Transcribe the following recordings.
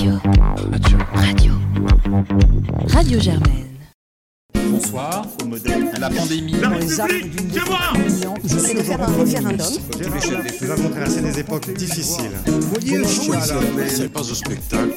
Radio Germaine. Bonsoir, au modèle de la pandémie. La République, c'est moi. C'est de faire un référendum. Nous avons traversé des époques difficiles. C'est pas un spectacle.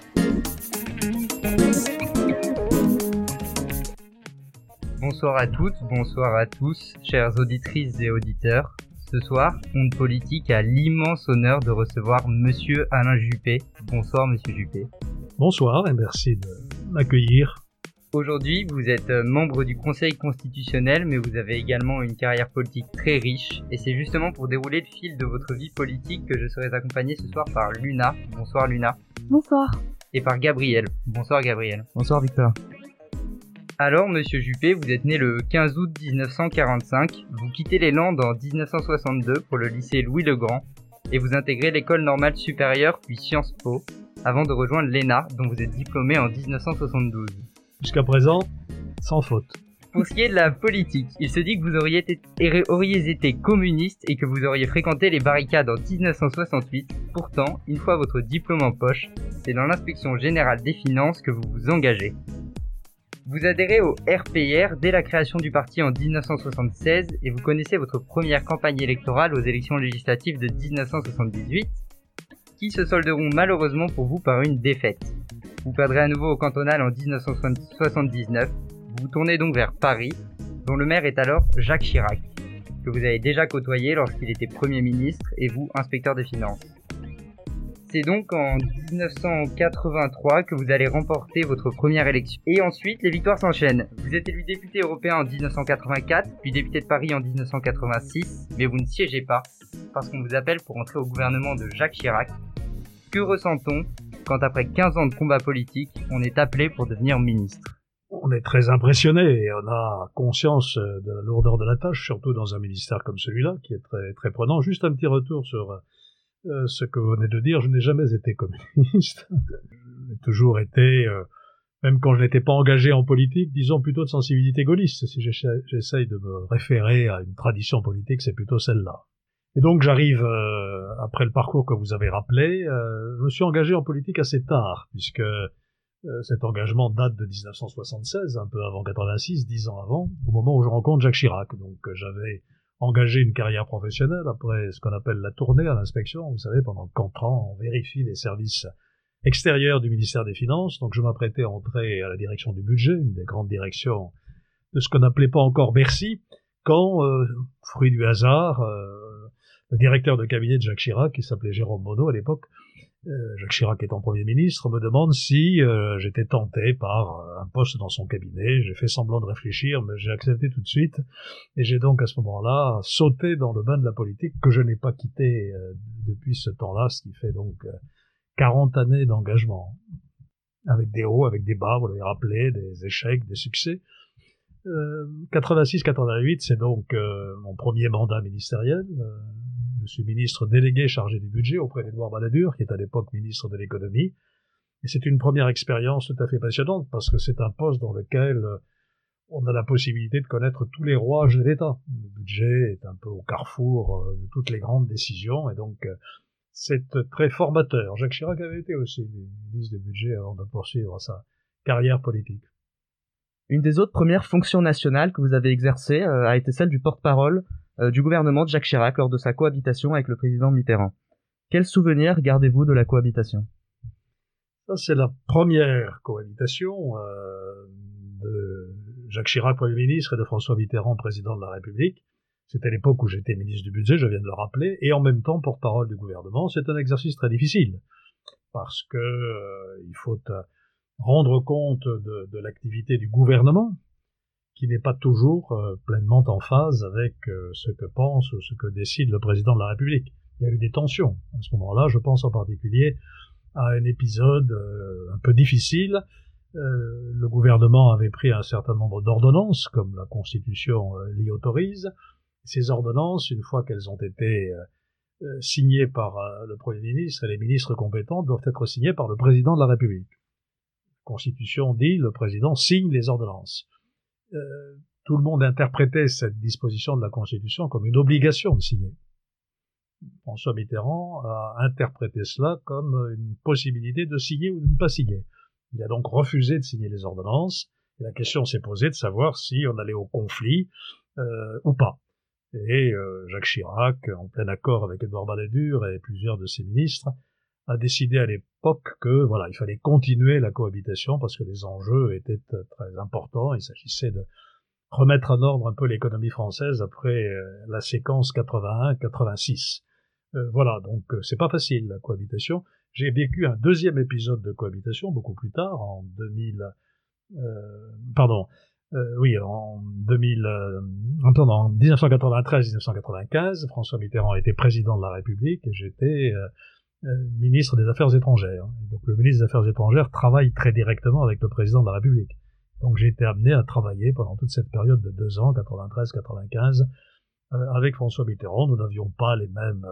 Bonsoir à toutes, bonsoir à tous, chères auditrices et auditeurs. Ce soir, Onde Politique a l'immense honneur de recevoir Monsieur Alain Juppé. Bonsoir Monsieur Juppé. Bonsoir et merci de m'accueillir. Aujourd'hui, vous êtes membre du Conseil constitutionnel, mais vous avez également une carrière politique très riche. Et c'est justement pour dérouler le fil de votre vie politique que je serai accompagné ce soir par Luna. Bonsoir Luna. Bonsoir. Et par Gabriel. Bonsoir Gabriel. Bonsoir Victor. Alors, Monsieur Juppé, vous êtes né le 15 août 1945, vous quittez les Landes en 1962 pour le lycée Louis-le-Grand, et vous intégrez l'école normale supérieure puis Sciences Po, avant de rejoindre l'ENA, dont vous êtes diplômé en 1972. Jusqu'à présent, sans faute. Pour ce qui est de la politique, il se dit que vous auriez été communiste et que vous auriez fréquenté les barricades en 1968. Pourtant, une fois votre diplôme en poche, c'est dans l'inspection générale des finances que vous vous engagez. Vous adhérez au RPR dès la création du parti en 1976 et vous connaissez votre première campagne électorale aux élections législatives de 1978, qui se solderont malheureusement pour vous par une défaite. Vous perdrez à nouveau au cantonal en 1979, vous vous tournez donc vers Paris, dont le maire est alors Jacques Chirac, que vous avez déjà côtoyé lorsqu'il était Premier ministre et vous, inspecteur des finances. C'est donc en 1983 que vous allez remporter votre première élection. Et ensuite, les victoires s'enchaînent. Vous êtes élu député européen en 1984, puis député de Paris en 1986, mais vous ne siégez pas, parce qu'on vous appelle pour entrer au gouvernement de Jacques Chirac. Que ressent-on quand après 15 ans de combat politique, on est appelé pour devenir ministre ? On est très impressionné et on a conscience de la lourdeur de la tâche, surtout dans un ministère comme celui-là, qui est très, très prenant. Juste un petit retour sur ce que vous venez de dire, je n'ai jamais été communiste. J'ai toujours été, même quand je n'étais pas engagé en politique, disons plutôt de sensibilité gaulliste. Si j'essaye de me référer à une tradition politique, c'est plutôt celle-là. Et donc j'arrive, après le parcours que vous avez rappelé, je me suis engagé en politique assez tard, puisque cet engagement date de 1976, un peu avant 86, 10 ans avant, au moment où je rencontre Jacques Chirac. Donc j'avais engagé une carrière professionnelle après ce qu'on appelle la tournée à l'inspection. Vous savez, pendant 4 ans, on vérifie les services extérieurs du ministère des Finances. Donc je m'apprêtais à entrer à la direction du budget, une des grandes directions de ce qu'on n'appelait pas encore Bercy, quand, fruit du hasard, le directeur de cabinet de Jacques Chirac, qui s'appelait Jérôme Monod à l'époque, Jacques Chirac étant Premier ministre, me demande si j'étais tenté par un poste dans son cabinet. J'ai fait semblant de réfléchir, mais j'ai accepté tout de suite. Et j'ai donc à ce moment-là sauté dans le bain de la politique que je n'ai pas quitté depuis ce temps-là, ce qui fait donc 40 années d'engagement. Avec des hauts, avec des bas, vous l'avez rappelé, des échecs, des succès. 86-88, c'est donc mon premier mandat ministériel. Je suis ministre délégué chargé du budget auprès d'Édouard Balladur, qui est à l'époque ministre de l'économie. Et c'est une première expérience tout à fait passionnante, parce que c'est un poste dans lequel on a la possibilité de connaître tous les rouages de l'État. Le budget est un peu au carrefour de toutes les grandes décisions, et donc c'est très formateur. Jacques Chirac avait été aussi ministre du budget avant de poursuivre sa carrière politique. Une des autres premières fonctions nationales que vous avez exercées a été celle du porte-parole du gouvernement de Jacques Chirac lors de sa cohabitation avec le président Mitterrand. Quel souvenir gardez-vous de la cohabitation ? Ça, c'est la première cohabitation de Jacques Chirac, Premier ministre, et de François Mitterrand, président de la République. C'était l'époque où j'étais ministre du budget, je viens de le rappeler, et en même temps porte-parole du gouvernement. C'est un exercice très difficile, parce que il faut rendre compte de l'activité du gouvernement, qui n'est pas toujours pleinement en phase avec ce que pense ou ce que décide le président de la République. Il y a eu des tensions. À ce moment-là, je pense en particulier à un épisode un peu difficile. Le gouvernement avait pris un certain nombre d'ordonnances, comme la Constitution l'y autorise. Ces ordonnances, une fois qu'elles ont été signées par le Premier ministre et les ministres compétents, doivent être signées par le président de la République. La Constitution dit le président signe les ordonnances. Tout le monde interprétait cette disposition de la Constitution comme une obligation de signer. François Mitterrand a interprété cela comme une possibilité de signer ou de ne pas signer. Il a donc refusé de signer les ordonnances, et la question s'est posée de savoir si on allait au conflit ou pas. Et Jacques Chirac, en plein accord avec Édouard Balladur et plusieurs de ses ministres, a décidé à l'époque que voilà, il fallait continuer la cohabitation parce que les enjeux étaient très importants. Il s'agissait de remettre en ordre un peu l'économie française après la séquence 81-86. Voilà, donc c'est pas facile la cohabitation. J'ai vécu un deuxième épisode de cohabitation beaucoup plus tard, en 1993-1995. François Mitterrand était président de la République et j'étais ministre des Affaires étrangères. Et donc le ministre des Affaires étrangères travaille très directement avec le président de la République. Donc j'ai été amené à travailler pendant toute cette période de 2 ans, 93-95, avec François Mitterrand. Nous n'avions pas les mêmes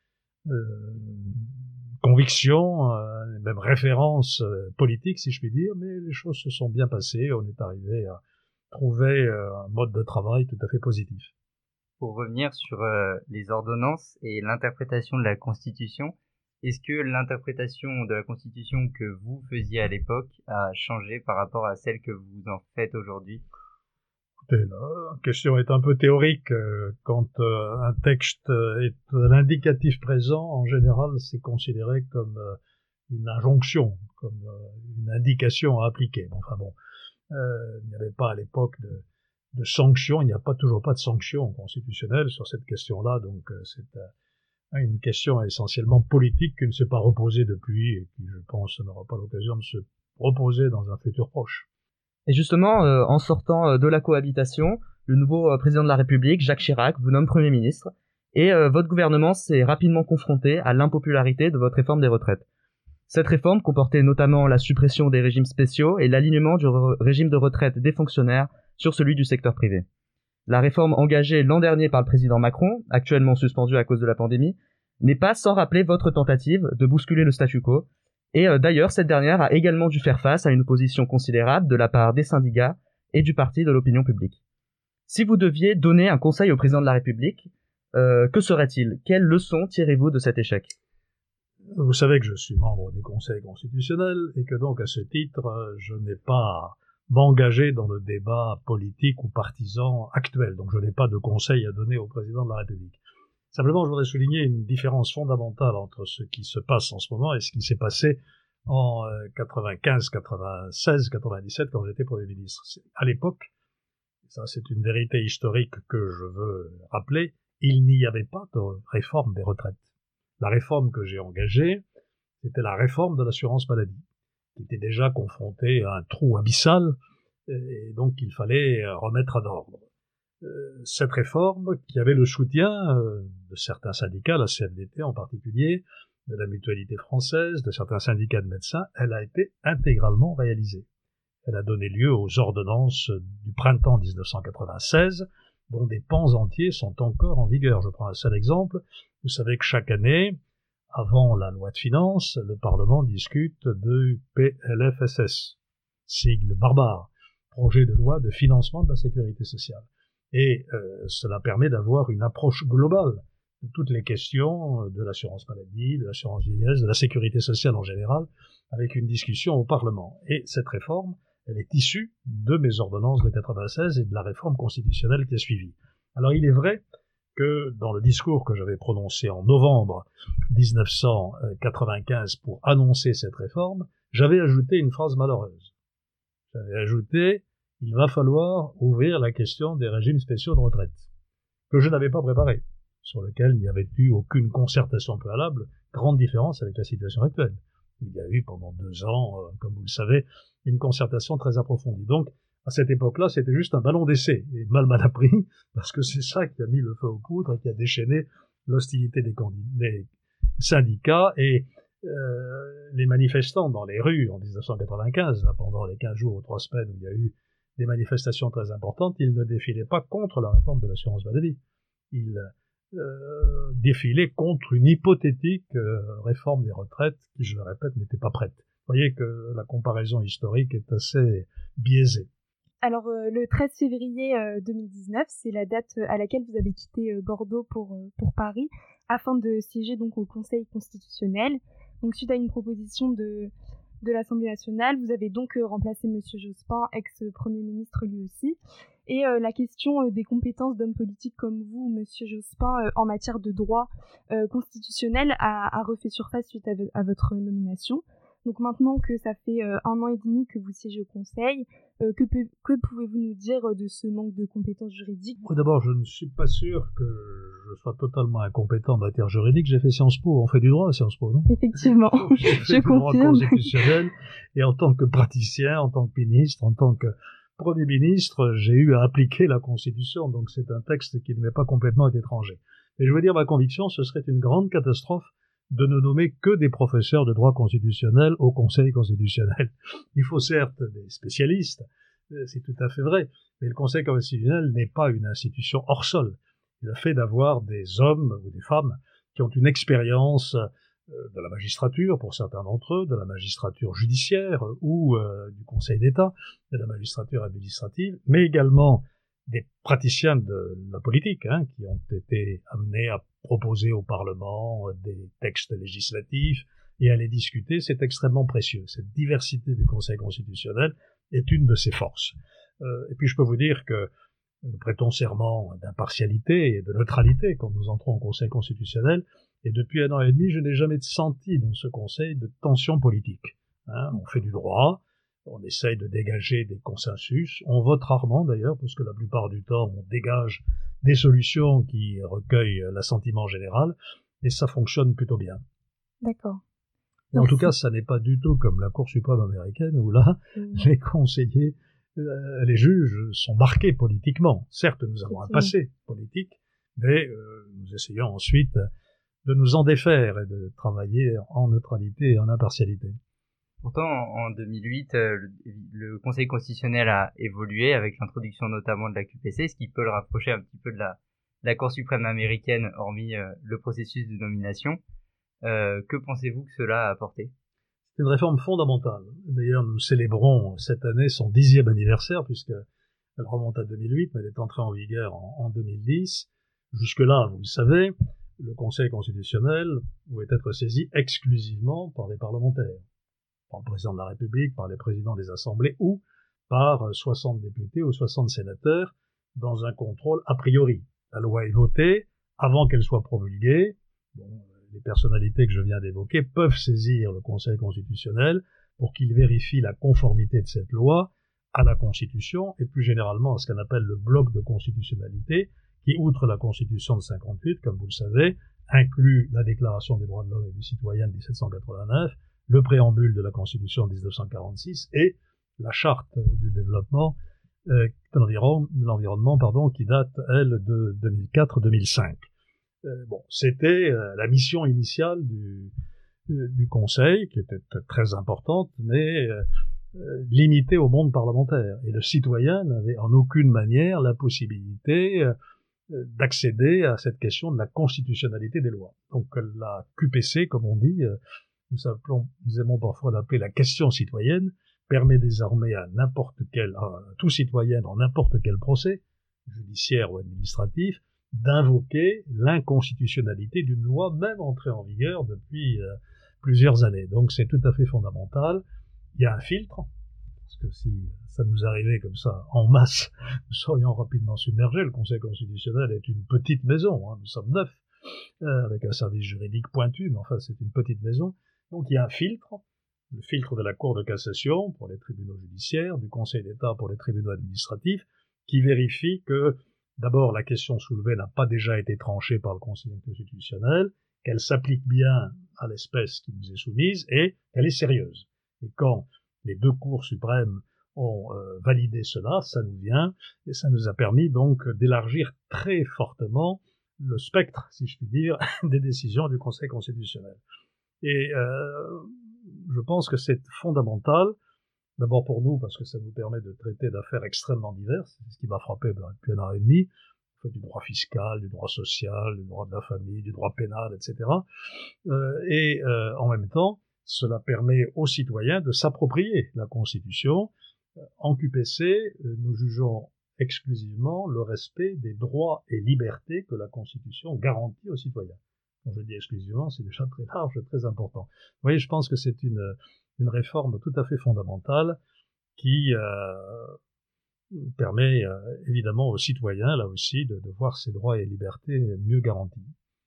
convictions, les mêmes références politiques, si je puis dire, mais les choses se sont bien passées. On est arrivé à trouver un mode de travail tout à fait positif. Pour revenir sur les ordonnances et l'interprétation de la Constitution, est-ce que l'interprétation de la Constitution que vous faisiez à l'époque a changé par rapport à celle que vous en faites aujourd'hui ? Écoutez, la question est un peu théorique. Quand un texte est l'indicatif présent, en général, c'est considéré comme une injonction, comme une indication à appliquer. Enfin bon, il n'y avait pas à l'époque de sanctions, il n'y a toujours pas de sanctions constitutionnelles sur cette question-là, donc c'est une question essentiellement politique qui ne s'est pas reposée depuis et qui, je pense, n'aura pas l'occasion de se reposer dans un futur proche. Et justement, en sortant de la cohabitation, le nouveau président de la République, Jacques Chirac, vous nomme Premier ministre, et votre gouvernement s'est rapidement confronté à l'impopularité de votre réforme des retraites. Cette réforme comportait notamment la suppression des régimes spéciaux et l'alignement du régime de retraite des fonctionnaires sur celui du secteur privé. La réforme engagée l'an dernier par le président Macron, actuellement suspendue à cause de la pandémie, n'est pas sans rappeler votre tentative de bousculer le statu quo. Et d'ailleurs, cette dernière a également dû faire face à une opposition considérable de la part des syndicats et du parti de l'opinion publique. Si vous deviez donner un conseil au président de la République, que serait-il ? Quelles leçons tirez-vous de cet échec ? Vous savez que je suis membre du Conseil constitutionnel et que donc à ce titre, je n'ai pas m'engager dans le débat politique ou partisan actuel. Donc je n'ai pas de conseil à donner au président de la République. Simplement, je voudrais souligner une différence fondamentale entre ce qui se passe en ce moment et ce qui s'est passé en 95, 96, 97 quand j'étais Premier ministre. À l'époque, ça c'est une vérité historique que je veux rappeler, il n'y avait pas de réforme des retraites. La réforme que j'ai engagée, c'était la réforme de l'assurance maladie, qui était déjà confrontée à un trou abyssal, et donc il fallait remettre en ordre. Cette réforme, qui avait le soutien de certains syndicats, la CFDT en particulier, de la Mutualité française, de certains syndicats de médecins, elle a été intégralement réalisée. Elle a donné lieu aux ordonnances du printemps 1996, dont des pans entiers sont encore en vigueur. Je prends un seul exemple. Vous savez que chaque année, avant la loi de finances, le Parlement discute du PLFSS, sigle barbare, projet de loi de financement de la sécurité sociale. Et cela permet d'avoir une approche globale de toutes les questions de l'assurance maladie, de l'assurance vieillesse, de la sécurité sociale en général, avec une discussion au Parlement. Et cette réforme, elle est issue de mes ordonnances de 96 et de la réforme constitutionnelle qui a suivi. Alors il est vrai que dans le discours que j'avais prononcé en novembre 1995 pour annoncer cette réforme, j'avais ajouté une phrase malheureuse. J'avais ajouté « Il va falloir ouvrir la question des régimes spéciaux de retraite », que je n'avais pas préparé, sur lequel il n'y avait eu aucune concertation préalable, grande différence avec la situation actuelle. Il y a eu pendant 2 ans, comme vous le savez, une concertation très approfondie. Donc, à cette époque-là, c'était juste un ballon d'essai, et mal appris, parce que c'est ça qui a mis le feu aux poudres et qui a déchaîné l'hostilité des syndicats et les manifestants dans les rues en 1995, là, pendant les 15 jours ou 3 semaines où il y a eu des manifestations très importantes, ils ne défilaient pas contre la réforme de l'assurance maladie. Ils défilaient contre une hypothétique réforme des retraites qui, je le répète, n'était pas prête. Vous voyez que la comparaison historique est assez biaisée. Alors, le 13 février 2019, c'est la date à laquelle vous avez quitté Bordeaux pour Paris. afin de siéger donc au Conseil constitutionnel. Donc suite à une proposition de l'Assemblée nationale, vous avez donc remplacé Monsieur Jospin, ex-Premier ministre lui aussi. Et la question des compétences d'hommes politiques comme vous, Monsieur Jospin, en matière de droit constitutionnel a refait surface suite à votre nomination. Donc maintenant que ça fait 1 an et demi que vous siégez au Conseil, que pouvez-vous nous dire de ce manque de compétences juridiques ? D'abord, je ne suis pas sûr que je sois totalement incompétent en matière juridique. J'ai fait Sciences Po, on fait du droit à Sciences Po, non ? Effectivement, je confirme. Droit constitutionnel, et en tant que praticien, en tant que ministre, en tant que Premier ministre, j'ai eu à appliquer la Constitution, donc c'est un texte qui ne m'est pas complètement étranger. Et je veux dire, ma conviction, ce serait une grande catastrophe de ne nommer que des professeurs de droit constitutionnel au Conseil constitutionnel. Il faut certes des spécialistes, c'est tout à fait vrai, mais le Conseil constitutionnel n'est pas une institution hors sol. Le fait d'avoir des hommes ou des femmes qui ont une expérience de la magistrature, pour certains d'entre eux, de la magistrature judiciaire ou du Conseil d'État, de la magistrature administrative, mais également des praticiens de la politique, qui ont été amenés à proposer au Parlement des textes législatifs et à les discuter, c'est extrêmement précieux. Cette diversité du Conseil constitutionnel est une de ses forces. Et puis je peux vous dire que nous prêtons serment d'impartialité et de neutralité quand nous entrons au Conseil constitutionnel, et depuis 1 an et demi, je n'ai jamais senti dans ce Conseil de tension politique. On fait du droit, on essaye de dégager des consensus, on vote rarement d'ailleurs, parce que la plupart du temps, on dégage des solutions qui recueillent l'assentiment général, et ça fonctionne plutôt bien. D'accord. Et en tout cas, ça n'est pas du tout comme la Cour suprême américaine, où là, les conseillers, les juges sont marqués politiquement. Certes, nous avons un passé politique, mais nous essayons ensuite de nous en défaire et de travailler en neutralité et en impartialité. Pourtant, en 2008, le Conseil constitutionnel a évolué avec l'introduction notamment de la QPC, ce qui peut le rapprocher un petit peu de la Cour suprême américaine, hormis le processus de nomination. Que pensez-vous que cela a apporté ? C'est une réforme fondamentale. D'ailleurs, nous célébrons cette année son 10e anniversaire, puisqu'elle remonte à 2008, mais elle est entrée en vigueur en 2010. Jusque-là, vous le savez, le Conseil constitutionnel pouvait être saisi exclusivement par des parlementaires, par le président de la République, par les présidents des assemblées, ou par 60 députés ou 60 sénateurs, dans un contrôle a priori. La loi est votée, avant qu'elle soit promulguée. Les personnalités que je viens d'évoquer peuvent saisir le Conseil constitutionnel pour qu'il vérifie la conformité de cette loi à la Constitution, et plus généralement à ce qu'on appelle le bloc de constitutionnalité, qui, outre la Constitution de 58, comme vous le savez, inclut la Déclaration des droits de l'homme et du citoyen de 1789, le préambule de la Constitution de 1946 et la Charte du développement de l'environnement, qui date, elle, de 2004-2005. C'était la mission initiale du Conseil, qui était très importante, mais limitée au monde parlementaire. Et le citoyen n'avait en aucune manière la possibilité d'accéder à cette question de la constitutionnalité des lois. Donc la QPC, comme on dit, nous aimons parfois l'appeler la question citoyenne, permet désormais à tout citoyen dans n'importe quel procès, judiciaire ou administratif, d'invoquer l'inconstitutionnalité d'une loi, même entrée en vigueur depuis plusieurs années. Donc c'est tout à fait fondamental. Il y a un filtre, parce que si ça nous arrivait comme ça, en masse, nous serions rapidement submergés. Le Conseil constitutionnel est une petite maison, nous sommes 9, avec un service juridique pointu, mais enfin c'est une petite maison. Donc il y a un filtre, le filtre de la Cour de cassation pour les tribunaux judiciaires, du Conseil d'État pour les tribunaux administratifs, qui vérifie que d'abord, la question soulevée n'a pas déjà été tranchée par le Conseil constitutionnel, qu'elle s'applique bien à l'espèce qui nous est soumise et qu'elle est sérieuse. Et quand les 2 cours suprêmes ont validé cela, ça nous vient, et ça nous a permis donc d'élargir très fortement le spectre, si je puis dire, des décisions du Conseil constitutionnel. Et je pense que c'est fondamental. D'abord pour nous, parce que ça nous permet de traiter d'affaires extrêmement diverses, c'est ce qui m'a frappé depuis 1 an et demi. On fait du droit fiscal, du droit social, du droit de la famille, du droit pénal, etc. En même temps, cela permet aux citoyens de s'approprier la Constitution. En QPC, nous jugeons exclusivement le respect des droits et libertés que la Constitution garantit aux citoyens. Quand je dis exclusivement, c'est déjà très large, très important. Vous voyez, je pense que c'est une réforme tout à fait fondamentale qui permet évidemment aux citoyens, là aussi, de voir ses droits et libertés mieux garantis.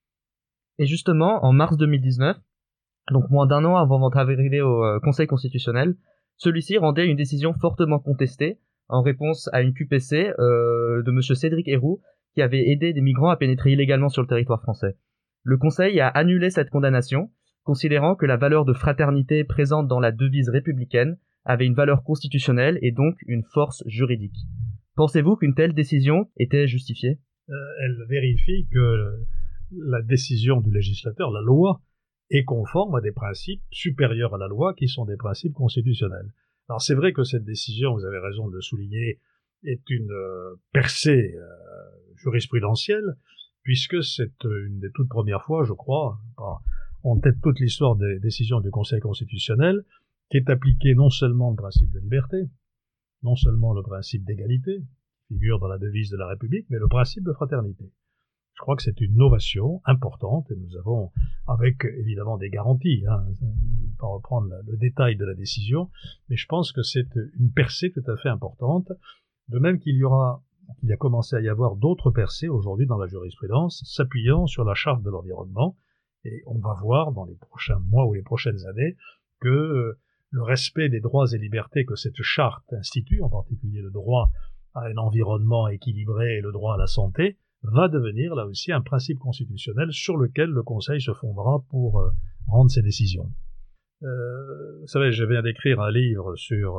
Et justement, en mars 2019, donc moins d'un an avant votre arrivée au Conseil constitutionnel, celui-ci rendait une décision fortement contestée en réponse à une QPC de monsieur Cédric Héroux qui avait aidé des migrants à pénétrer illégalement sur le territoire français. Le Conseil a annulé cette condamnation, considérant que la valeur de fraternité présente dans la devise républicaine avait une valeur constitutionnelle et donc une force juridique. Pensez-vous qu'une telle décision était justifiée ? Elle vérifie que la décision du législateur, la loi, est conforme à des principes supérieurs à la loi qui sont des principes constitutionnels. Alors c'est vrai que cette décision, vous avez raison de le souligner, est une percée jurisprudentielle, puisque c'est une des toutes premières fois, je crois, en tête toute l'histoire des décisions du Conseil constitutionnel, qui est appliqué non seulement le principe de liberté, non seulement le principe d'égalité, qui figure dans la devise de la République, mais le principe de fraternité. Je crois que c'est une innovation importante, et nous avons, avec évidemment des garanties, je ne vais pas reprendre le détail de la décision, mais je pense que c'est une percée tout à fait importante, de même qu'il a commencé à y avoir d'autres percées aujourd'hui dans la jurisprudence, s'appuyant sur la charte de l'environnement, et on va voir dans les prochains mois ou les prochaines années que le respect des droits et libertés que cette charte institue, en particulier le droit à un environnement équilibré et le droit à la santé, va devenir là aussi un principe constitutionnel sur lequel le Conseil se fondera pour rendre ses décisions. Vous savez, je viens d'écrire un livre sur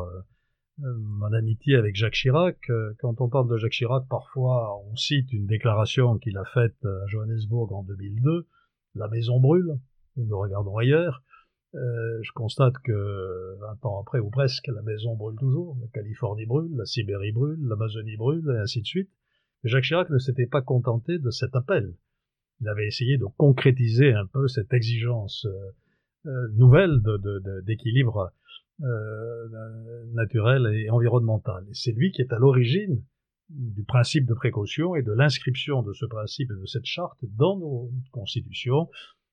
mon amitié avec Jacques Chirac. Quand on parle de Jacques Chirac, parfois on cite une déclaration qu'il a faite à Johannesburg en 2002, « La maison brûle », et nous regardons ailleurs. Je constate que 20 ans après, ou presque, la maison brûle toujours, la Californie brûle, la Sibérie brûle, l'Amazonie brûle, et ainsi de suite. Mais Jacques Chirac ne s'était pas contenté de cet appel. Il avait essayé de concrétiser un peu cette exigence nouvelle d'équilibre naturel et environnemental. Et c'est lui qui est à l'origine du principe de précaution et de l'inscription de ce principe et de cette charte dans nos constitutions.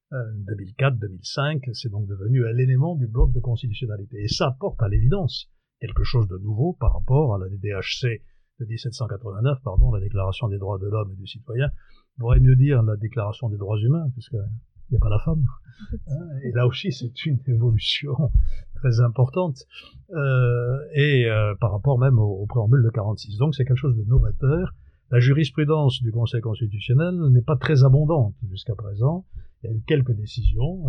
2004-2005, c'est donc devenu un élément du bloc de constitutionnalité. Et ça apporte à l'évidence quelque chose de nouveau par rapport à la DDHC de 1789, la Déclaration des droits de l'homme et du citoyen. On pourrait mieux dire la Déclaration des droits humains, puisqu'il n'y a pas la femme. Et là aussi, c'est une évolution très importante. Par rapport même au préambule de 46. Donc c'est quelque chose de novateur. La jurisprudence du Conseil constitutionnel n'est pas très abondante jusqu'à présent. Il y a eu quelques décisions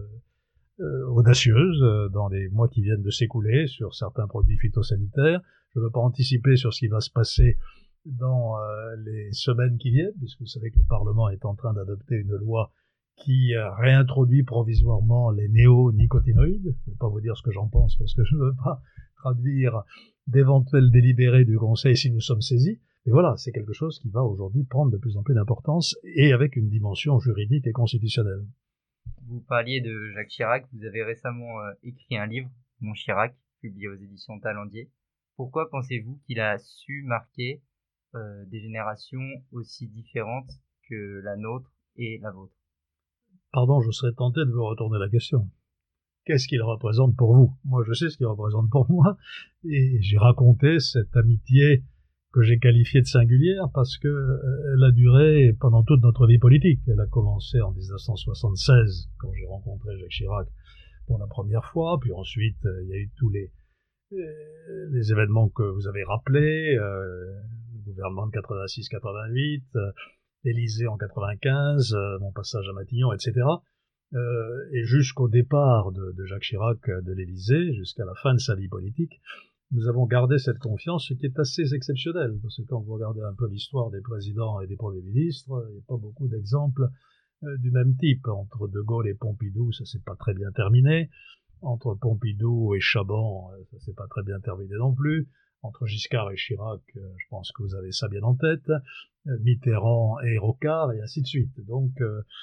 audacieuses dans les mois qui viennent de s'écouler sur certains produits phytosanitaires. Je ne veux pas anticiper sur ce qui va se passer dans les semaines qui viennent, puisque vous savez que le Parlement est en train d'adopter une loi qui réintroduit provisoirement les néonicotinoïdes. Je ne vais pas vous dire ce que j'en pense, parce que je ne veux pas traduire d'éventuels délibérés du Conseil si nous sommes saisis. Et voilà, c'est quelque chose qui va aujourd'hui prendre de plus en plus d'importance, et avec une dimension juridique et constitutionnelle. Vous parliez de Jacques Chirac, vous avez récemment écrit un livre, Mon Chirac, publié aux éditions Talendier. Pourquoi pensez-vous qu'il a su marquer des générations aussi différentes que la nôtre et la vôtre ? Pardon, je serais tenté de vous retourner la question. Qu'est-ce qu'il représente pour vous ? Moi, je sais ce qu'il représente pour moi, et j'ai raconté cette amitié que j'ai qualifiée de singulière parce que elle a duré pendant toute notre vie politique. Elle a commencé en 1976, quand j'ai rencontré Jacques Chirac pour la première fois, puis ensuite il y a eu tous les événements que vous avez rappelés, le gouvernement de 86-88, l'Élysée en 95, mon passage à Matignon, etc. Et jusqu'au départ de Jacques Chirac de l'Élysée, jusqu'à la fin de sa vie politique, nous avons gardé cette confiance, ce qui est assez exceptionnel, parce que quand vous regardez un peu l'histoire des présidents et des premiers ministres, il n'y a pas beaucoup d'exemples du même type. Entre De Gaulle et Pompidou, ça s'est pas très bien terminé. Entre Pompidou et Chaban, ça s'est pas très bien terminé non plus. Entre Giscard et Chirac, je pense que vous avez ça bien en tête. Mitterrand et Rocard, et ainsi de suite. Donc,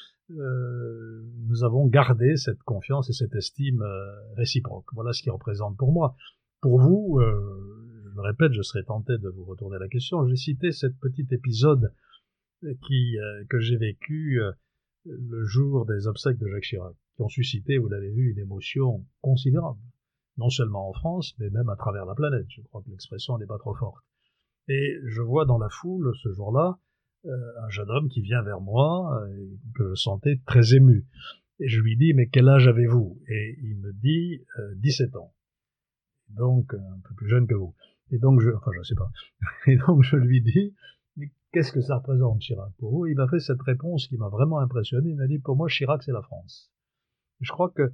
nous avons gardé cette confiance et cette estime réciproque. Voilà ce qui représente pour moi. Pour vous, je le répète, je serais tenté de vous retourner la question. J'ai cité cet petit épisode que j'ai vécu le jour des obsèques de Jacques Chirac, qui ont suscité, vous l'avez vu, une émotion considérable, non seulement en France, mais même à travers la planète. Je crois que l'expression n'est pas trop forte. Et je vois dans la foule, ce jour-là, un jeune homme qui vient vers moi, que je sentais très ému. Et je lui dis, mais quel âge avez-vous? Et il me dit, 17 ans. Donc, un peu plus jeune que vous. Et donc, je sais pas. Et donc, je lui dis, mais qu'est-ce que ça représente, Chirac, pour vous? Il m'a fait cette réponse qui m'a vraiment impressionné. Il m'a dit, pour moi, Chirac, c'est la France. Je crois que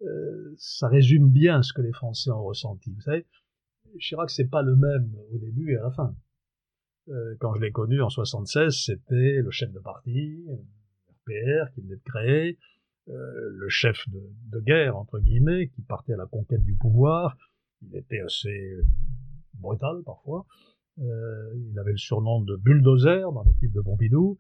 ça résume bien ce que les Français ont ressenti. Vous savez, Chirac, c'est pas le même au début et à la fin. Quand je l'ai connu en 76, c'était le chef de parti, RPR, qui venait de créer, le chef de guerre, entre guillemets, qui partait à la conquête du pouvoir. Il était assez brutal, parfois. Il avait le surnom de bulldozer dans l'équipe de Pompidou,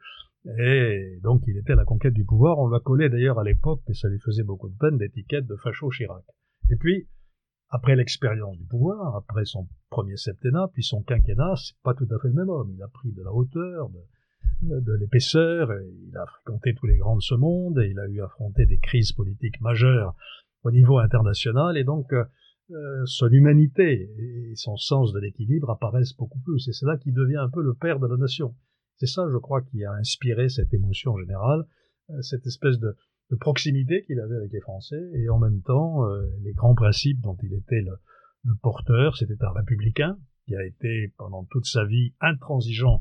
et donc il était à la conquête du pouvoir. On lui a collé d'ailleurs à l'époque, et ça lui faisait beaucoup de peine, l'étiquette de facho Chirac. Et puis, après l'expérience du pouvoir, après son premier septennat, puis son quinquennat, c'est pas tout à fait le même homme. Il a pris de la hauteur, de l'épaisseur, et il a fréquenté tous les grands de ce monde, et il a eu à affronter des crises politiques majeures au niveau international, et donc son humanité et son sens de l'équilibre apparaissent beaucoup plus, et c'est là qu'il devient un peu le père de la nation. C'est ça, je crois, qui a inspiré cette émotion générale, cette espèce de proximité qu'il avait avec les Français, et en même temps, les grands principes dont il était le porteur. C'était un républicain qui a été, pendant toute sa vie, intransigeant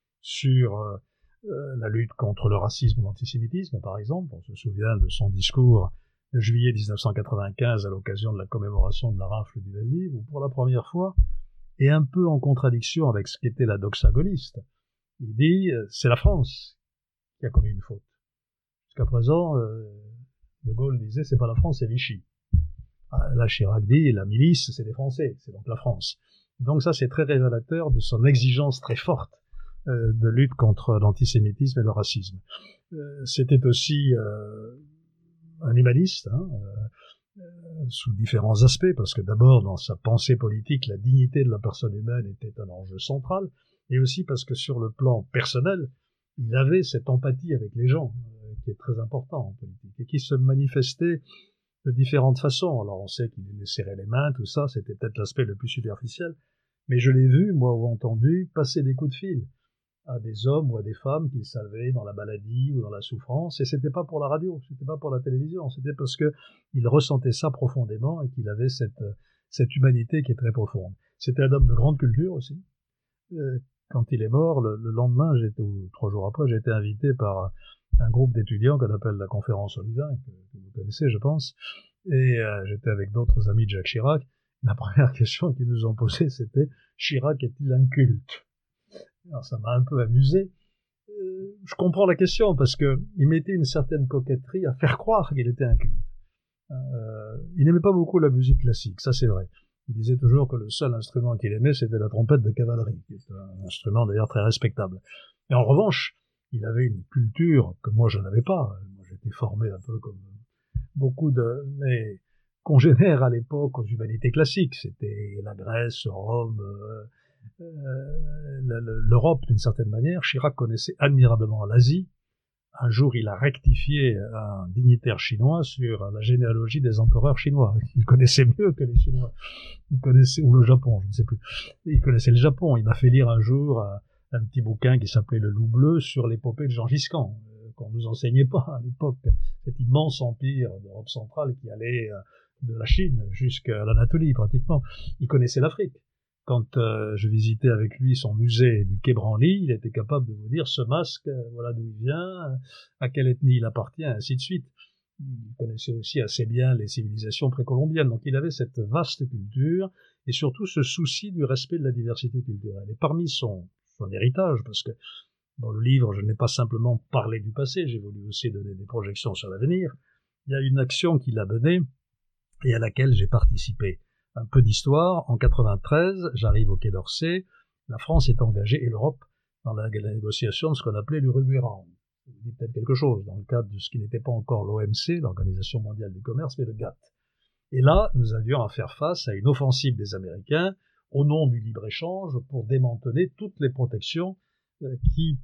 sur la lutte contre le racisme ou l'antisémitisme, par exemple. On se souvient de son discours de juillet 1995 à l'occasion de la commémoration de la rafle du Veldiv, où pour la première fois, et un peu en contradiction avec ce qu'était la doxa gaulliste, il dit c'est la France qui a commis une faute. Jusqu'à présent, De Gaulle disait c'est pas la France, c'est Vichy. Là, Chirac dit la milice, c'est les Français, c'est donc la France. Donc ça, c'est très révélateur de son exigence très forte de lutte contre l'antisémitisme et le racisme. C'était aussi un humaniste, sous différents aspects, parce que d'abord, dans sa pensée politique, la dignité de la personne humaine était un enjeu central, et aussi parce que sur le plan personnel, il avait cette empathie avec les gens, qui est très important en politique, et qui se manifestait de différentes façons. Alors on sait qu'il les serrait les mains, tout ça, c'était peut-être l'aspect le plus superficiel, mais je l'ai vu, moi, ou entendu, passer des coups de fil à des hommes ou à des femmes qu'il savait dans la maladie ou dans la souffrance, et c'était pas pour la radio, c'était pas pour la télévision, c'était parce que il ressentait ça profondément et qu'il avait cette humanité qui est très profonde. C'était un homme de grande culture aussi. Quand il est mort, le lendemain, ou 3 jours après, j'ai été invité par un groupe d'étudiants qu'on appelle la conférence Olivain, que vous connaissez, je pense, et j'étais avec d'autres amis de Jacques Chirac. La première question qu'ils nous ont posée, c'était « Chirac est-il inculte ?» Alors ça m'a un peu amusé. Je comprends la question, parce que il mettait une certaine coquetterie à faire croire qu'il était inculte. Il n'aimait pas beaucoup la musique classique, ça c'est vrai. Il disait toujours que le seul instrument qu'il aimait, c'était la trompette de cavalerie, qui est un instrument d'ailleurs très respectable. Mais en revanche, il avait une culture que moi je n'avais pas. Moi j'étais formé un peu comme beaucoup de mes congénères à l'époque aux humanités classiques. C'était la Grèce, Rome, l'Europe d'une certaine manière. Chirac connaissait admirablement l'Asie. Un jour, il a rectifié un dignitaire chinois sur la généalogie des empereurs chinois. Il connaissait mieux que les Chinois. Il connaissait, ou le Japon, je ne sais plus. Il connaissait le Japon. Il m'a fait lire un jour un petit bouquin qui s'appelait Le Loup Bleu sur l'épopée de Gengis Khan, qu'on nous enseignait pas à l'époque. Cet immense empire d'Europe centrale qui allait de la Chine jusqu'à l'Anatolie, pratiquement. Il connaissait l'Afrique. Quand je visitais avec lui son musée du Quai Branly, il était capable de vous dire ce masque, voilà d'où il vient, à quelle ethnie il appartient, ainsi de suite. Il connaissait aussi assez bien les civilisations précolombiennes, donc il avait cette vaste culture et surtout ce souci du respect de la diversité culturelle. Et parmi son héritage, parce que dans le livre, je n'ai pas simplement parlé du passé, j'ai voulu aussi donner des projections sur l'avenir, il y a une action qu'il a menée et à laquelle j'ai participé. Un peu d'histoire, en 93, j'arrive au Quai d'Orsay, la France est engagée, et l'Europe, dans la négociation de ce qu'on appelait l'Uruguay Round. Ça vous dit peut-être quelque chose, dans le cadre de ce qui n'était pas encore l'OMC, l'Organisation mondiale du commerce, mais le GATT. Et là, nous avions à faire face à une offensive des Américains, au nom du libre-échange, pour démanteler toutes les protections qui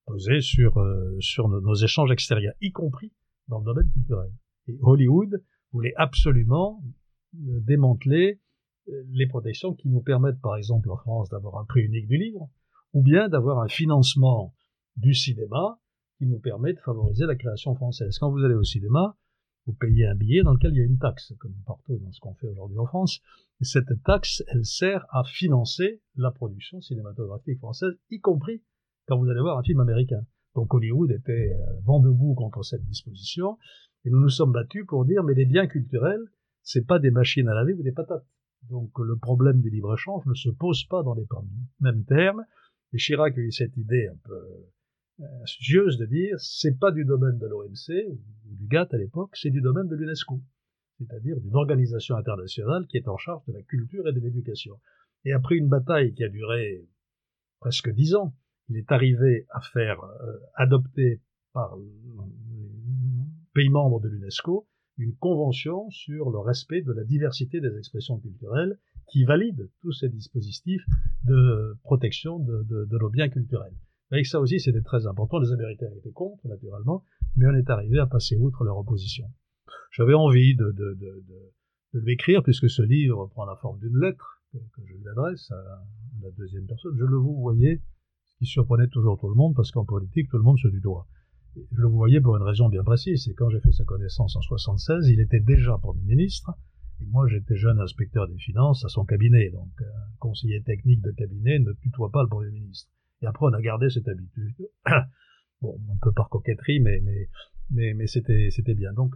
peser sur nos échanges extérieurs, y compris dans le domaine culturel. Et Hollywood voulait absolument démanteler les protections qui nous permettent, par exemple en France, d'avoir un prix unique du livre, ou bien d'avoir un financement du cinéma qui nous permet de favoriser la création française. Quand vous allez au cinéma, vous payez un billet dans lequel il y a une taxe, comme partout dans ce qu'on fait aujourd'hui en France. Et cette taxe, elle sert à financer la production cinématographique française, y compris quand vous allez voir un film américain. Donc Hollywood était vent debout contre cette disposition, et nous nous sommes battus pour dire, mais les biens culturels, c'est pas des machines à laver ou des patates. Donc le problème du libre-échange ne se pose pas dans les mêmes termes. Et Chirac a eu cette idée un peu insidieuse de dire, c'est pas du domaine de l'OMC ou du GATT à l'époque, c'est du domaine de l'UNESCO, c'est-à-dire d'une organisation internationale qui est en charge de la culture et de l'éducation. Et après une bataille qui a duré presque 10 ans, il est arrivé à faire adopter par les pays membres de l'UNESCO une convention sur le respect de la diversité des expressions culturelles qui valide tous ces dispositifs de protection de nos biens culturels. Avec ça aussi, c'était très important. Les Américains étaient contre, naturellement, mais on est arrivé à passer outre leur opposition. J'avais envie de lui écrire, puisque ce livre prend la forme d'une lettre que je lui adresse à la deuxième personne. Je le voyais, ce qui surprenait toujours tout le monde, parce qu'en politique, tout le monde se tutoie. Je le voyais pour une raison bien précise, c'est quand j'ai fait sa connaissance en 76, il était déjà Premier ministre, et moi j'étais jeune inspecteur des finances à son cabinet, donc un conseiller technique de cabinet ne tutoie pas le Premier ministre. Et après on a gardé cette habitude, bon, un peu par coquetterie, mais c'était bien. Donc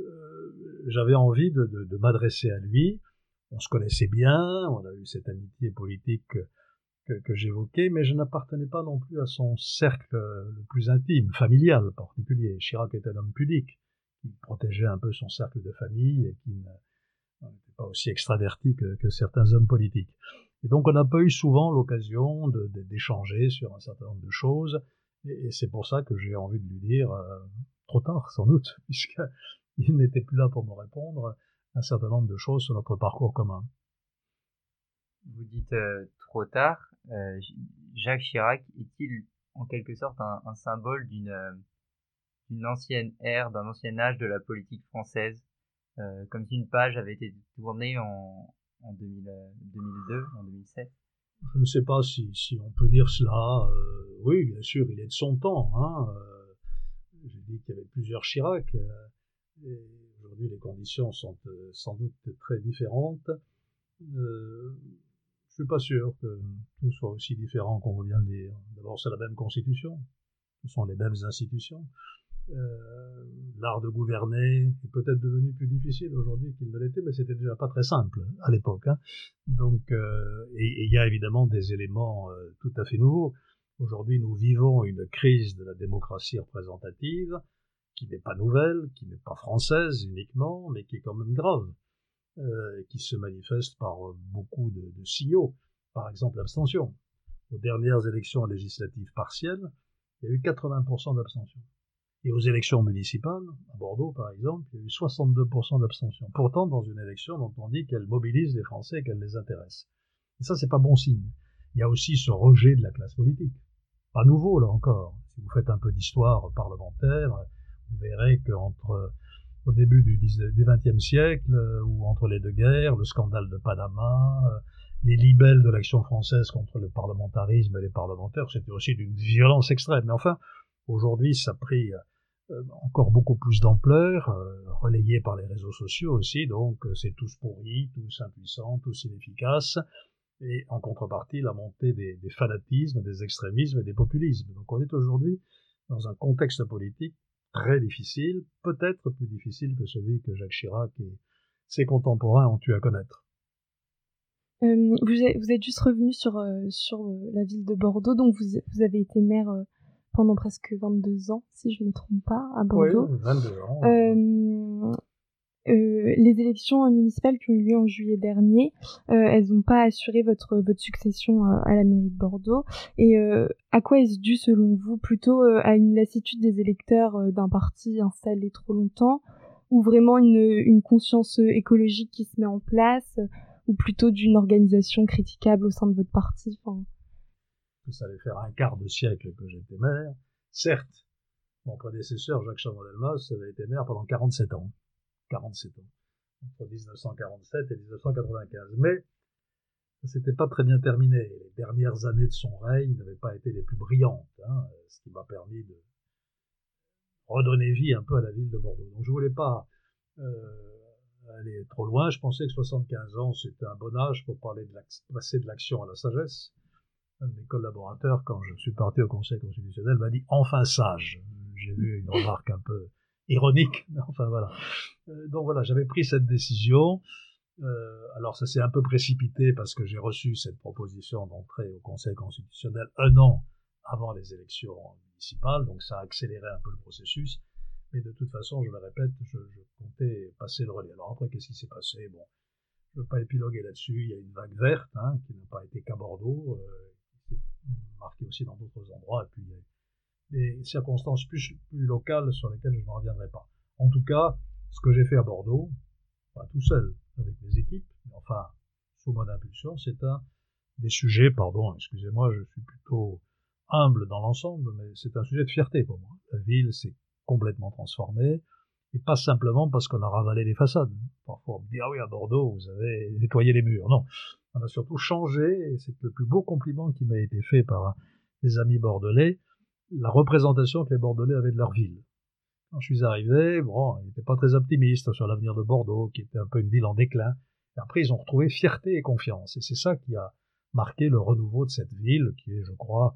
j'avais envie de m'adresser à lui, on se connaissait bien, on a eu cette amitié politique que j'évoquais, mais je n'appartenais pas non plus à son cercle le plus intime, familial en particulier. Chirac était un homme pudique, qui protégeait un peu son cercle de famille et qui n'était pas aussi extraverti que certains hommes politiques. Et donc on n'a pas eu souvent l'occasion d'échanger sur un certain nombre de choses, et c'est pour ça que j'ai envie de lui dire, trop tard sans doute, puisqu'il n'était plus là pour me répondre, un certain nombre de choses sur notre parcours commun. Vous dites trop tard. Jacques Chirac est-il en quelque sorte un symbole d'une ancienne ère, d'un ancien âge de la politique française, comme si une page avait été tournée en 2002, en 2007? Je ne sais pas si on peut dire cela. Oui, bien sûr, il est de son temps. J'ai dit qu'il y avait plusieurs Chirac. Et aujourd'hui, les conditions sont sans doute très différentes. Je suis pas sûr que tout soit aussi différent qu'on vient de le dire. D'abord, c'est la même constitution, ce sont les mêmes institutions. L'art de gouverner est peut-être devenu plus difficile aujourd'hui qu'il ne l'était, mais c'était déjà pas très simple à l'époque. Donc, et il y a évidemment des éléments tout à fait nouveaux. Aujourd'hui, nous vivons une crise de la démocratie représentative qui n'est pas nouvelle, qui n'est pas française uniquement, mais qui est quand même grave. Qui se manifeste par beaucoup de signaux. Par exemple, l'abstention. Aux dernières élections législatives partielles, il y a eu 80% d'abstention. Et aux élections municipales, à Bordeaux par exemple, il y a eu 62% d'abstention. Pourtant, dans une élection dont on dit qu'elle mobilise les Français et qu'elle les intéresse. Et ça, c'est pas bon signe. Il y a aussi ce rejet de la classe politique. Pas nouveau, là encore. Si vous faites un peu d'histoire parlementaire, vous verrez qu'entre au début du XXe siècle, ou entre les deux guerres, le scandale de Panama, les libelles de l'action française contre le parlementarisme et les parlementaires, c'était aussi d'une violence extrême. Mais enfin, aujourd'hui, ça a pris encore beaucoup plus d'ampleur, relayé par les réseaux sociaux aussi, donc c'est tous pourris, tous impuissants, tous inefficaces, et en contrepartie, la montée des fanatismes, des extrémismes et des populismes. Donc on est aujourd'hui dans un contexte politique très difficile, peut-être plus difficile que celui que Jacques Chirac et ses contemporains ont eu à connaître. Vous êtes juste revenu sur la ville de Bordeaux, donc vous avez été maire pendant presque 22 ans, si je ne me trompe pas, à Bordeaux. Oui, 22 ans. Les élections municipales qui ont eu lieu en juillet dernier, elles n'ont pas assuré votre succession à la mairie de Bordeaux. Et à quoi est-ce dû selon vous? Plutôt à une lassitude des électeurs d'un parti installé trop longtemps, ou vraiment une conscience écologique qui se met en place, ou plutôt d'une organisation critiquable au sein de votre parti? Ça allait faire un quart de siècle que j'étais maire, Certes, mon prédécesseur, Jacques Chaban-Delmas, avait été maire pendant 47 ans. 47 ans. Entre 1947 et 1995. Mais ça s'était pas très bien terminé. Les dernières années de son règne n'avaient pas été les plus brillantes, ce qui m'a permis de redonner vie un peu à la ville de Bordeaux. Donc je voulais pas aller trop loin. Je pensais que 75 ans, c'était un bon âge pour passer de l'action à la sagesse. Un de mes collaborateurs, quand je suis parti au Conseil constitutionnel, m'a dit « enfin sage ». J'ai vu une remarque un peu ironique, mais enfin voilà. Donc voilà, j'avais pris cette décision. Alors ça s'est un peu précipité parce que j'ai reçu cette proposition d'entrer au Conseil constitutionnel 1 an avant les élections municipales, donc ça a accéléré un peu le processus. Mais de toute façon, je le répète, je comptais passer le relais. Alors après, qu'est-ce qui s'est passé? Bon, je ne veux pas épiloguer là-dessus. Il y a une vague verte qui n'a pas été qu'à Bordeaux, qui s'est marquée aussi dans d'autres endroits. Et puis il y a des circonstances plus locales sur lesquelles je ne reviendrai pas. En tout cas, ce que j'ai fait à Bordeaux, pas tout seul, avec mes équipes, mais enfin, sous mon impulsion, c'est un des sujets, excusez-moi, je suis plutôt humble dans l'ensemble, mais c'est un sujet de fierté pour moi. La ville s'est complètement transformée, et pas simplement parce qu'on a ravalé les façades. Parfois on me dit « Ah oui, à Bordeaux, vous avez nettoyé les murs ». Non, on a surtout changé, et c'est le plus beau compliment qui m'a été fait par des amis bordelais, la représentation que les Bordelais avaient de leur ville. Quand je suis arrivé, ils n'étaient pas très optimistes sur l'avenir de Bordeaux, qui était un peu une ville en déclin. Et après, ils ont retrouvé fierté et confiance. Et c'est ça qui a marqué le renouveau de cette ville, qui est, je crois,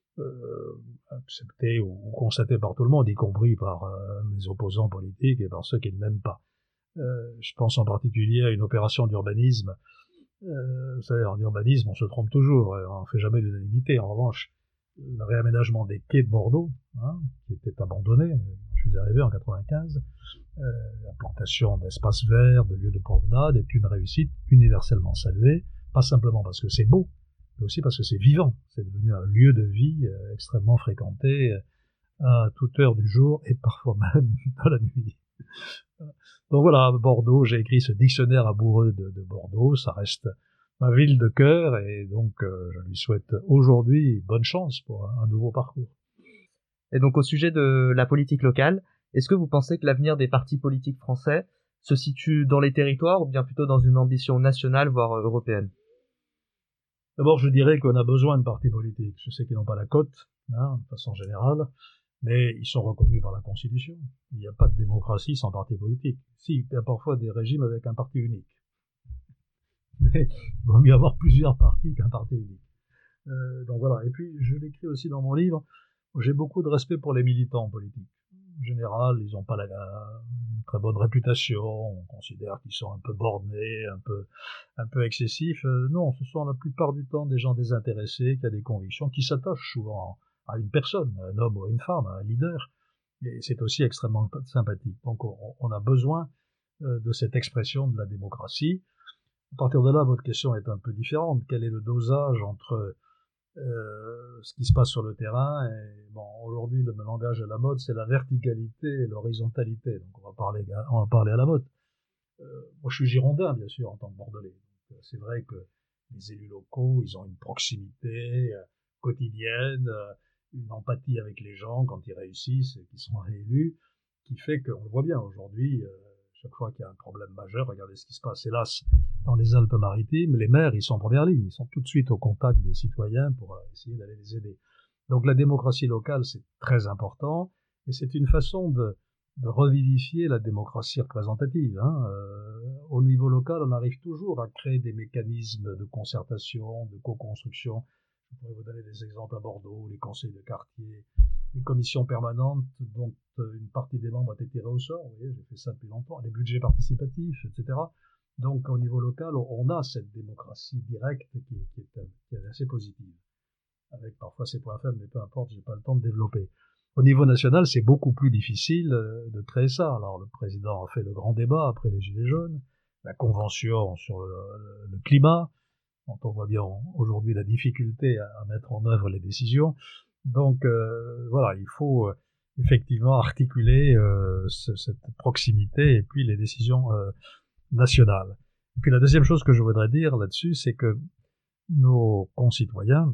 accepté ou constaté par tout le monde, y compris par mes opposants politiques et par ceux qui ne m'aiment pas. Je pense en particulier à une opération d'urbanisme. Vous savez, en urbanisme, on se trompe toujours, on ne fait jamais d'unanimité. En revanche, le réaménagement des quais de Bordeaux, qui était abandonné, je suis arrivé en 95, la plantation d'espaces verts, de lieux de promenade, est une réussite universellement saluée, pas simplement parce que c'est beau, mais aussi parce que c'est vivant. C'est devenu un lieu de vie extrêmement fréquenté à toute heure du jour et parfois même dans la nuit. Donc voilà, Bordeaux, j'ai écrit ce dictionnaire amoureux de Bordeaux, ça reste ma ville de cœur, et donc je lui souhaite aujourd'hui bonne chance pour un nouveau parcours. Et donc au sujet de la politique locale, est-ce que vous pensez que l'avenir des partis politiques français se situe dans les territoires ou bien plutôt dans une ambition nationale, voire européenne? D'abord, je dirais qu'on a besoin de partis politiques. Je sais qu'ils n'ont pas la cote, de façon générale, mais ils sont reconnus par la Constitution. Il n'y a pas de démocratie sans parti politique. Si, il y a parfois des régimes avec un parti unique. Mais il vaut mieux avoir plusieurs partis qu'un parti unique. Donc voilà. Et puis, je l'écris aussi dans mon livre, j'ai beaucoup de respect pour les militants politiques. En général, ils n'ont pas une très bonne réputation, on considère qu'ils sont un peu bornés, un peu excessifs. Non, ce sont la plupart du temps des gens désintéressés, qui ont des convictions, qui s'attachent souvent à une personne, un homme ou une femme, un leader. Et c'est aussi extrêmement sympathique. Donc on a besoin de cette expression de la démocratie. À partir de là, votre question est un peu différente. Quel est le dosage entre ce qui se passe sur le terrain? Et bon, aujourd'hui, le langage à la mode, c'est la verticalité et l'horizontalité. Donc on va parler à la mode. Moi, je suis girondin, bien sûr, en tant que Bordelais. Donc, c'est vrai que les élus locaux, ils ont une proximité quotidienne, une empathie avec les gens quand ils réussissent et qu'ils sont réélus, qui fait qu'on le voit bien aujourd'hui. Chaque fois qu'il y a un problème majeur, regardez ce qui se passe, hélas, dans les Alpes-Maritimes, les maires, ils sont en première ligne, ils sont tout de suite au contact des citoyens pour essayer d'aller les aider. Donc la démocratie locale, c'est très important, et c'est une façon de revivifier la démocratie représentative. Au niveau local, on arrive toujours à créer des mécanismes de concertation, de co-construction. Je pourrais vous donner des exemples à Bordeaux, les conseils de quartier, les commissions permanentes dont une partie des membres a été tirée au sort, vous voyez, j'ai fait ça depuis longtemps, les budgets participatifs, etc. Donc au niveau local, on a cette démocratie directe qui est assez positive, avec parfois ses points faibles, mais peu importe, j'ai pas le temps de développer. Au niveau national, c'est beaucoup plus difficile de créer ça. Alors le président a fait le grand débat après les Gilets jaunes, la convention sur le climat, dont on voit bien aujourd'hui la difficulté à mettre en œuvre les décisions. Donc voilà, il faut effectivement articuler cette proximité et puis les décisions nationales. Et puis la deuxième chose que je voudrais dire là-dessus, c'est que nos concitoyens,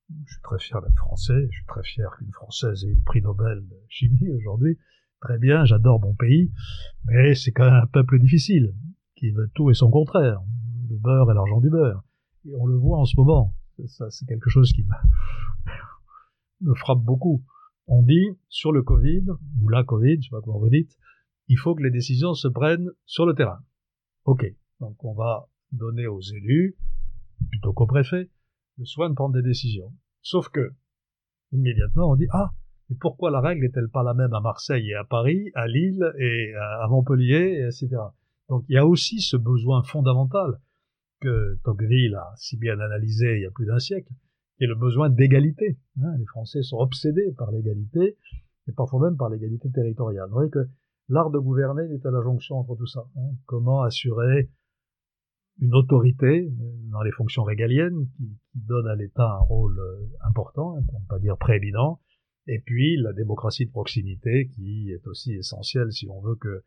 Je suis très fier d'être français, je suis très fier qu'une Française ait eu le prix Nobel de chimie aujourd'hui. Très bien, j'adore mon pays, mais c'est quand même un peuple difficile, qui veut tout et son contraire. Le beurre et l'argent du beurre. Et on le voit en ce moment. Ça, c'est quelque chose qui me frappe beaucoup. On dit, sur le Covid, ou la Covid, je sais pas comment vous dites, il faut que les décisions se prennent sur le terrain. Ok. Donc on va donner aux élus, plutôt qu'aux préfets, le soin de prendre des décisions. Sauf que, immédiatement, on dit, mais pourquoi la règle n'est-elle pas la même à Marseille et à Paris, à Lille et à Montpellier, et etc. Donc il y a aussi ce besoin fondamental que Tocqueville a si bien analysé il y a plus d'un siècle, qui est le besoin d'égalité. Les Français sont obsédés par l'égalité, et parfois même par l'égalité territoriale. Vous voyez que l'art de gouverner est à la jonction entre tout ça. Comment assurer une autorité dans les fonctions régaliennes qui donne à l'État un rôle important, pour ne pas dire prééminent, et puis la démocratie de proximité qui est aussi essentielle si on veut que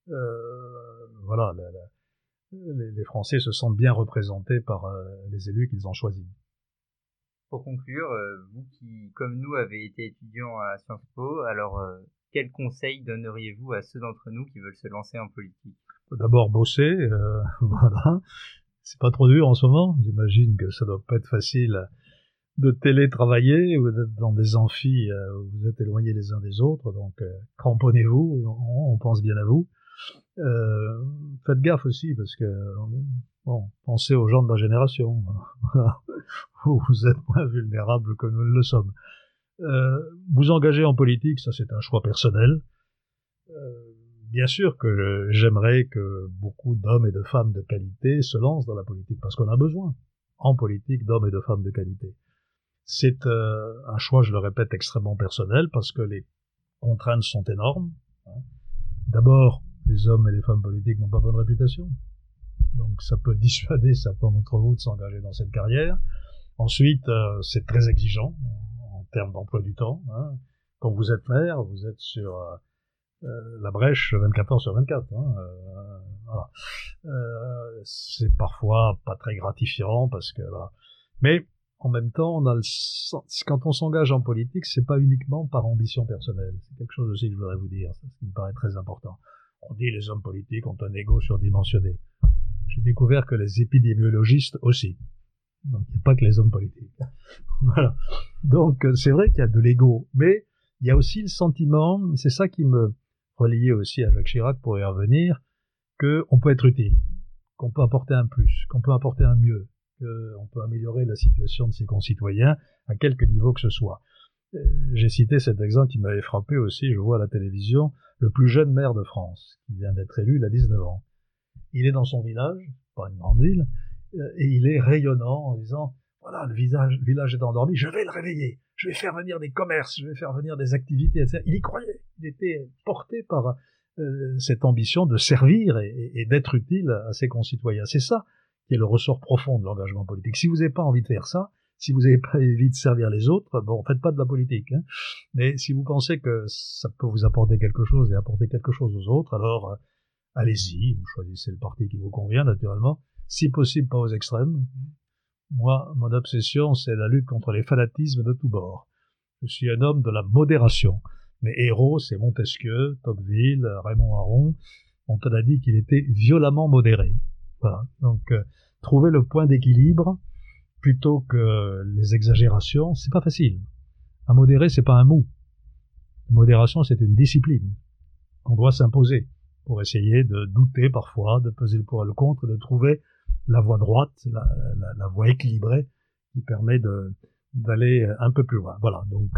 les Français se sentent bien représentés par les élus qu'ils ont choisis. Pour conclure, vous qui, comme nous, avez été étudiants à Sciences Po, alors quels conseils donneriez-vous à ceux d'entre nous qui veulent se lancer en politique ? D'abord bosser, voilà. C'est pas trop dur en ce moment. J'imagine que ça doit pas être facile de télétravailler ou d'être dans des amphis où vous êtes éloignés les uns des autres. Donc cramponnez-vous, on pense bien à vous. Faites gaffe aussi parce que pensez aux gens de ma génération. Vous êtes moins vulnérables que nous le sommes. Vous engager en politique, ça c'est un choix personnel. Bien sûr que j'aimerais que beaucoup d'hommes et de femmes de qualité se lancent dans la politique, parce qu'on a besoin, en politique, d'hommes et de femmes de qualité. C'est un choix, je le répète, extrêmement personnel, parce que les contraintes sont énormes. D'abord, les hommes et les femmes politiques n'ont pas bonne réputation, donc ça peut dissuader certains d'entre vous de s'engager dans cette carrière. Ensuite, c'est très exigeant en termes d'emploi du temps. Quand vous êtes maire, vous êtes sur la brèche 24 heures sur 24. Voilà. C'est parfois pas très gratifiant parce que voilà. Mais en même temps, quand on s'engage en politique, c'est pas uniquement par ambition personnelle. C'est quelque chose aussi que je voudrais vous dire, ce qui me paraît très important. On dit les hommes politiques ont un ego surdimensionné. J'ai découvert que les épidémiologistes aussi. Donc il n'y a pas que les hommes politiques. Voilà. Donc c'est vrai qu'il y a de l'ego, mais il y a aussi le sentiment, c'est ça qui me reliait aussi à Jacques Chirac pour y revenir, qu'on peut être utile, qu'on peut apporter un plus, qu'on peut apporter un mieux, qu'on peut améliorer la situation de ses concitoyens à quelque niveau que ce soit. J'ai cité cet exemple qui m'avait frappé aussi, je vois à la télévision, le plus jeune maire de France, qui vient d'être élu, il a 19 ans. Il est dans son village, pas une grande ville, et il est rayonnant en disant « Voilà, le village est endormi, je vais le réveiller, je vais faire venir des commerces, je vais faire venir des activités, etc. » Il y croyait, il était porté par cette ambition de servir et d'être utile à ses concitoyens. C'est ça qui est le ressort profond de l'engagement politique. Si vous n'avez pas envie de faire ça, si vous n'avez pas envie de servir les autres, faites pas de la politique. Mais si vous pensez que ça peut vous apporter quelque chose et apporter quelque chose aux autres, alors allez-y, vous choisissez le parti qui vous convient, naturellement. Si possible, pas aux extrêmes. Moi, mon obsession, c'est la lutte contre les fanatismes de tous bords. Je suis un homme de la modération. Mes héros, c'est Montesquieu, Tocqueville, Raymond Aron. On a dit qu'il était violemment modéré. Voilà. Donc, trouver le point d'équilibre plutôt que les exagérations, c'est pas facile. À modérer, c'est pas un mot. La modération, c'est une discipline qu'on doit s'imposer pour essayer de douter parfois, de peser le pour et le contre, de trouver la voie droite, la voie équilibrée qui permet d'aller un peu plus loin. Voilà, donc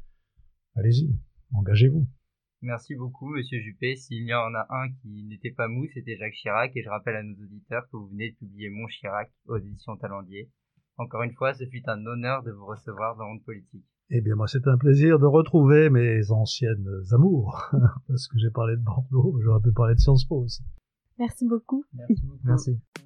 allez-y, engagez-vous. Merci beaucoup, Monsieur Juppé. S'il y en a un qui n'était pas mou, c'était Jacques Chirac, et je rappelle à nos auditeurs que vous venez de publier Mon Chirac aux éditions Talendier. Encore une fois, ce fut un honneur de vous recevoir dans Monde Politique. Eh bien, moi, c'est un plaisir de retrouver mes anciennes amours, parce que j'ai parlé de Bordeaux, j'aurais pu parler de Sciences Po aussi. Merci beaucoup. Merci beaucoup. Merci.